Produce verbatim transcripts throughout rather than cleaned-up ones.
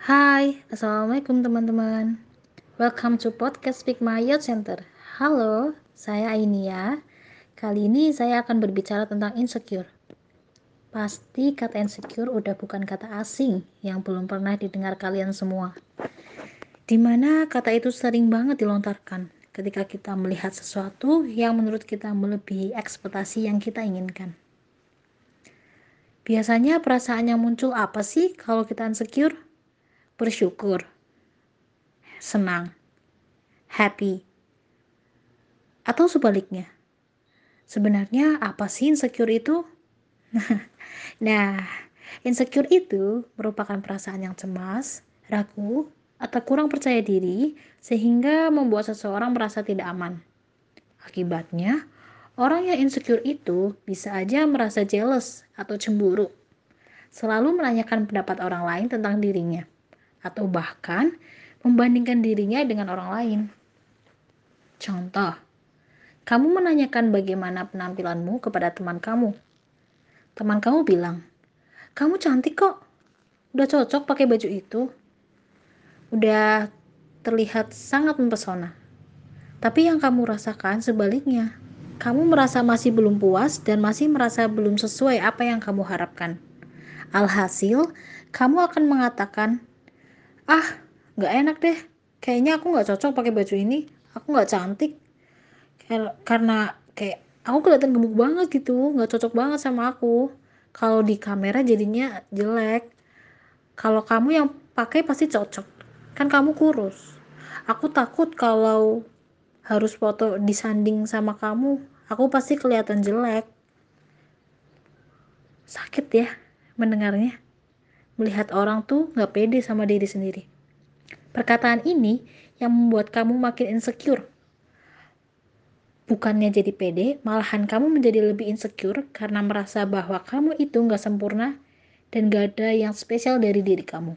Hai, Assalamualaikum teman-teman. Welcome to podcast Speak My Youth Center. Halo, saya Ainia. Kali ini saya akan berbicara tentang insecure. Pasti kata insecure udah bukan kata asing yang belum pernah didengar kalian semua. Dimana kata itu sering banget dilontarkan ketika kita melihat sesuatu yang menurut kita melebihi ekspektasi yang kita inginkan. Biasanya perasaan yang muncul apa sih kalau kita insecure? Bersyukur, senang, happy, atau sebaliknya. Sebenarnya apa sih insecure itu? Nah, insecure itu merupakan perasaan yang cemas, ragu, atau kurang percaya diri sehingga membuat seseorang merasa tidak aman. Akibatnya, orang yang insecure itu bisa aja merasa jealous atau cemburu, selalu menanyakan pendapat orang lain tentang dirinya, atau bahkan membandingkan dirinya dengan orang lain. Contoh, kamu menanyakan bagaimana penampilanmu kepada teman kamu. Teman kamu bilang, "Kamu cantik kok, udah cocok pakai baju itu, udah terlihat sangat mempesona." Tapi yang kamu rasakan sebaliknya, kamu merasa masih belum puas dan masih merasa belum sesuai apa yang kamu harapkan. Alhasil, kamu akan mengatakan, "Ah, gak enak deh, kayaknya aku gak cocok pakai baju ini, aku gak cantik." Karena kayak aku kelihatan gemuk banget gitu, gak cocok banget sama aku. Kalau di kamera jadinya jelek. Kalau kamu yang pakai pasti cocok, kan kamu kurus. Aku takut kalau harus foto disanding sama kamu, aku pasti kelihatan jelek. Sakit ya mendengarnya, melihat orang tuh gak pede sama diri sendiri. Perkataan ini yang membuat kamu makin insecure. Bukannya jadi pede, malahan kamu menjadi lebih insecure karena merasa bahwa kamu itu gak sempurna dan gak ada yang spesial dari diri kamu.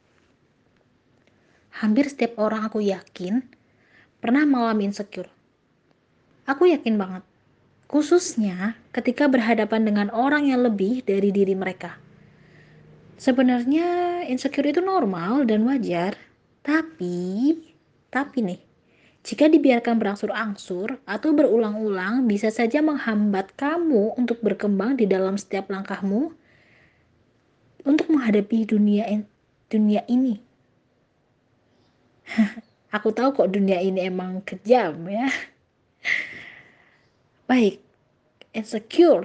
Hampir setiap orang aku yakin pernah mengalami insecure. Aku yakin banget. Khususnya ketika berhadapan dengan orang yang lebih dari diri mereka. Sebenarnya insecure itu normal dan wajar. Tapi, tapi nih, jika dibiarkan berangsur-angsur atau berulang-ulang bisa saja menghambat kamu untuk berkembang di dalam setiap langkahmu untuk menghadapi dunia dunia ini. Aku tahu kok dunia ini emang kejam ya. Baik, insecure.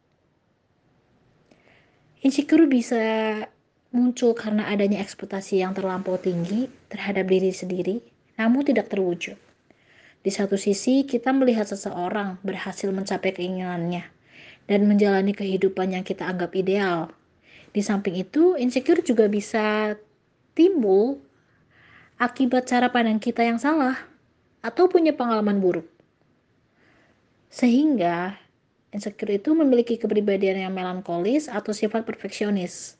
Insecure bisa muncul karena adanya ekspektasi yang terlampau tinggi terhadap diri sendiri, namun tidak terwujud. Di satu sisi, kita melihat seseorang berhasil mencapai keinginannya dan menjalani kehidupan yang kita anggap ideal. Di samping itu, insecure juga bisa timbul akibat cara pandang kita yang salah atau punya pengalaman buruk. Sehingga insecure itu memiliki kepribadian yang melankolis atau sifat perfeksionis.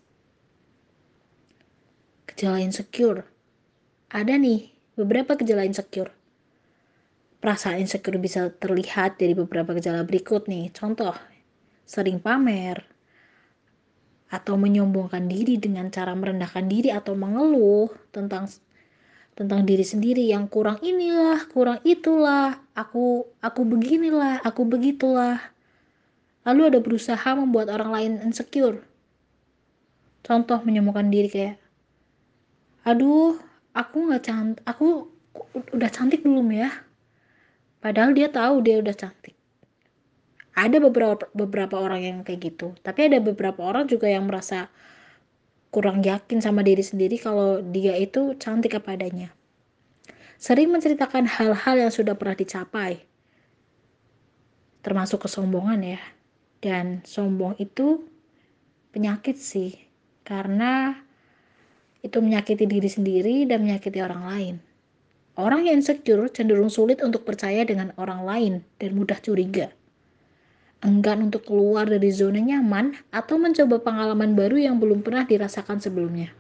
Gejala insecure. Ada nih beberapa gejala insecure. Perasaan insecure bisa terlihat dari beberapa gejala berikut nih. Contoh, sering pamer atau menyombongkan diri dengan cara merendahkan diri atau mengeluh tentang tentang diri sendiri yang kurang inilah, kurang itulah, aku aku beginilah, aku begitulah. Lalu ada berusaha membuat orang lain insecure. Contoh menyombongkan diri kayak, "Aduh, aku nggak cantik, aku udah cantik belum ya?" Padahal dia tahu dia udah cantik. Ada beberapa beberapa orang yang kayak gitu, tapi ada beberapa orang juga yang merasa kurang yakin sama diri sendiri kalau dia itu cantik apa adanya. Sering menceritakan hal-hal yang sudah pernah dicapai, termasuk kesombongan ya. Dan sombong itu penyakit sih, karena itu menyakiti diri sendiri dan menyakiti orang lain. Orang yang insecure cenderung sulit untuk percaya dengan orang lain dan mudah curiga. Enggan untuk keluar dari zona nyaman atau mencoba pengalaman baru yang belum pernah dirasakan sebelumnya.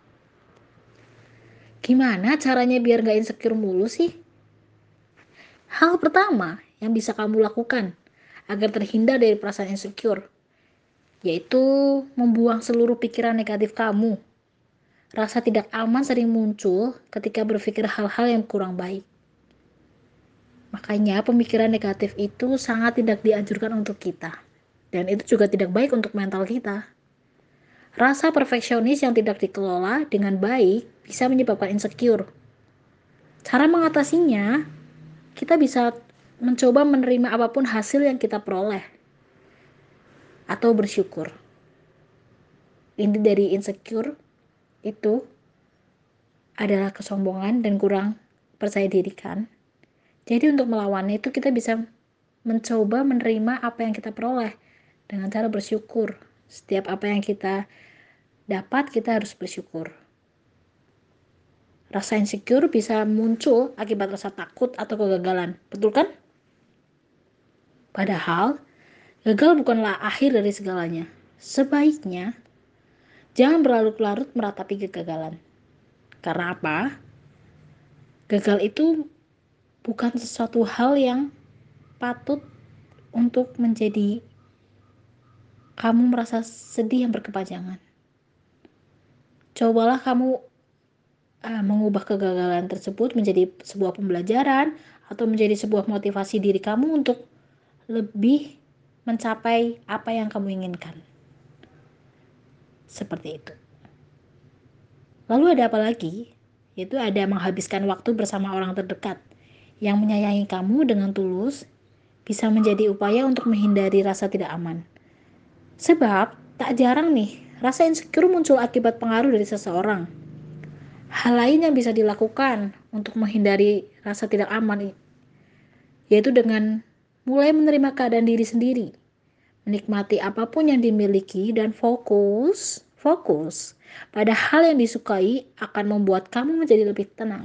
Gimana caranya biar gak insecure mulu sih? Hal pertama yang bisa kamu lakukan agar terhindar dari perasaan insecure, yaitu membuang seluruh pikiran negatif kamu. Rasa tidak aman sering muncul ketika berpikir hal-hal yang kurang baik. Makanya pemikiran negatif itu sangat tidak dianjurkan untuk kita. Dan itu juga tidak baik untuk mental kita. Rasa perfeksionis yang tidak dikelola dengan baik bisa menyebabkan insecure. Cara mengatasinya, kita bisa mencoba menerima apapun hasil yang kita peroleh atau bersyukur. Inti dari insecure itu adalah kesombongan dan kurang percaya diri kan. Jadi untuk melawannya itu kita bisa mencoba menerima apa yang kita peroleh dengan cara bersyukur. Setiap apa yang kita dapat, kita harus bersyukur. Rasa insecure bisa muncul akibat rasa takut atau kegagalan. Betul kan? Padahal, gagal bukanlah akhir dari segalanya. Sebaiknya, jangan berlarut-larut meratapi kegagalan. Karena apa? Gagal itu bukan sesuatu hal yang patut untuk menjadi kamu merasa sedih yang berkepanjangan. Cobalah kamu uh, mengubah kegagalan tersebut menjadi sebuah pembelajaran atau menjadi sebuah motivasi diri kamu untuk lebih mencapai apa yang kamu inginkan. Seperti itu. Lalu ada apa lagi? Yaitu ada menghabiskan waktu bersama orang terdekat yang menyayangi kamu dengan tulus bisa menjadi upaya untuk menghindari rasa tidak aman. Sebab tak jarang nih, rasa insecure muncul akibat pengaruh dari seseorang. Hal lain yang bisa dilakukan untuk menghindari rasa tidak aman yaitu dengan mulai menerima keadaan diri sendiri, menikmati apapun yang dimiliki dan fokus, fokus pada hal yang disukai akan membuat kamu menjadi lebih tenang.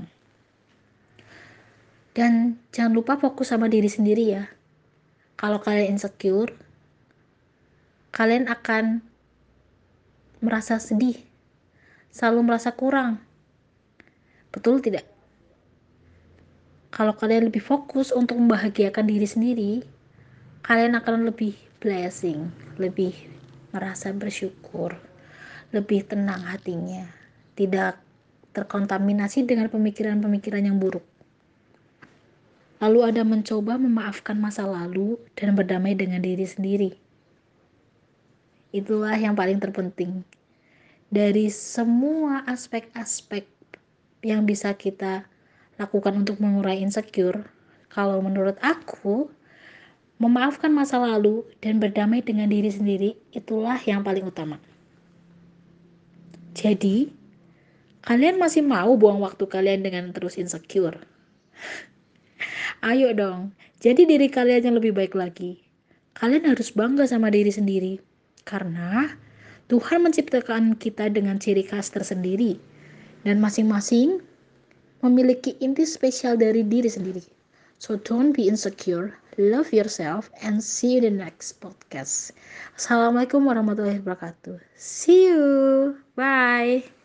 Dan jangan lupa fokus sama diri sendiri ya. Kalau kalian insecure, kalian akan merasa sedih, selalu merasa kurang. Betul tidak? Kalau kalian lebih fokus untuk membahagiakan diri sendiri, kalian akan lebih blessing, lebih merasa bersyukur, lebih tenang hatinya, tidak terkontaminasi dengan pemikiran-pemikiran yang buruk. Lalu ada mencoba memaafkan masa lalu dan berdamai dengan diri sendiri. Itulah yang paling terpenting. Dari semua aspek-aspek yang bisa kita lakukan untuk mengurai insecure, kalau menurut aku, memaafkan masa lalu dan berdamai dengan diri sendiri itulah yang paling utama. Jadi, kalian masih mau buang waktu kalian dengan terus insecure? Ayo dong, jadi diri kalian yang lebih baik lagi. Kalian harus bangga sama diri sendiri. Karena Tuhan menciptakan kita dengan ciri khas tersendiri. Dan masing-masing memiliki inti spesial dari diri sendiri. So don't be insecure, love yourself, and see you in the next podcast. Assalamualaikum warahmatullahi wabarakatuh. See you, bye.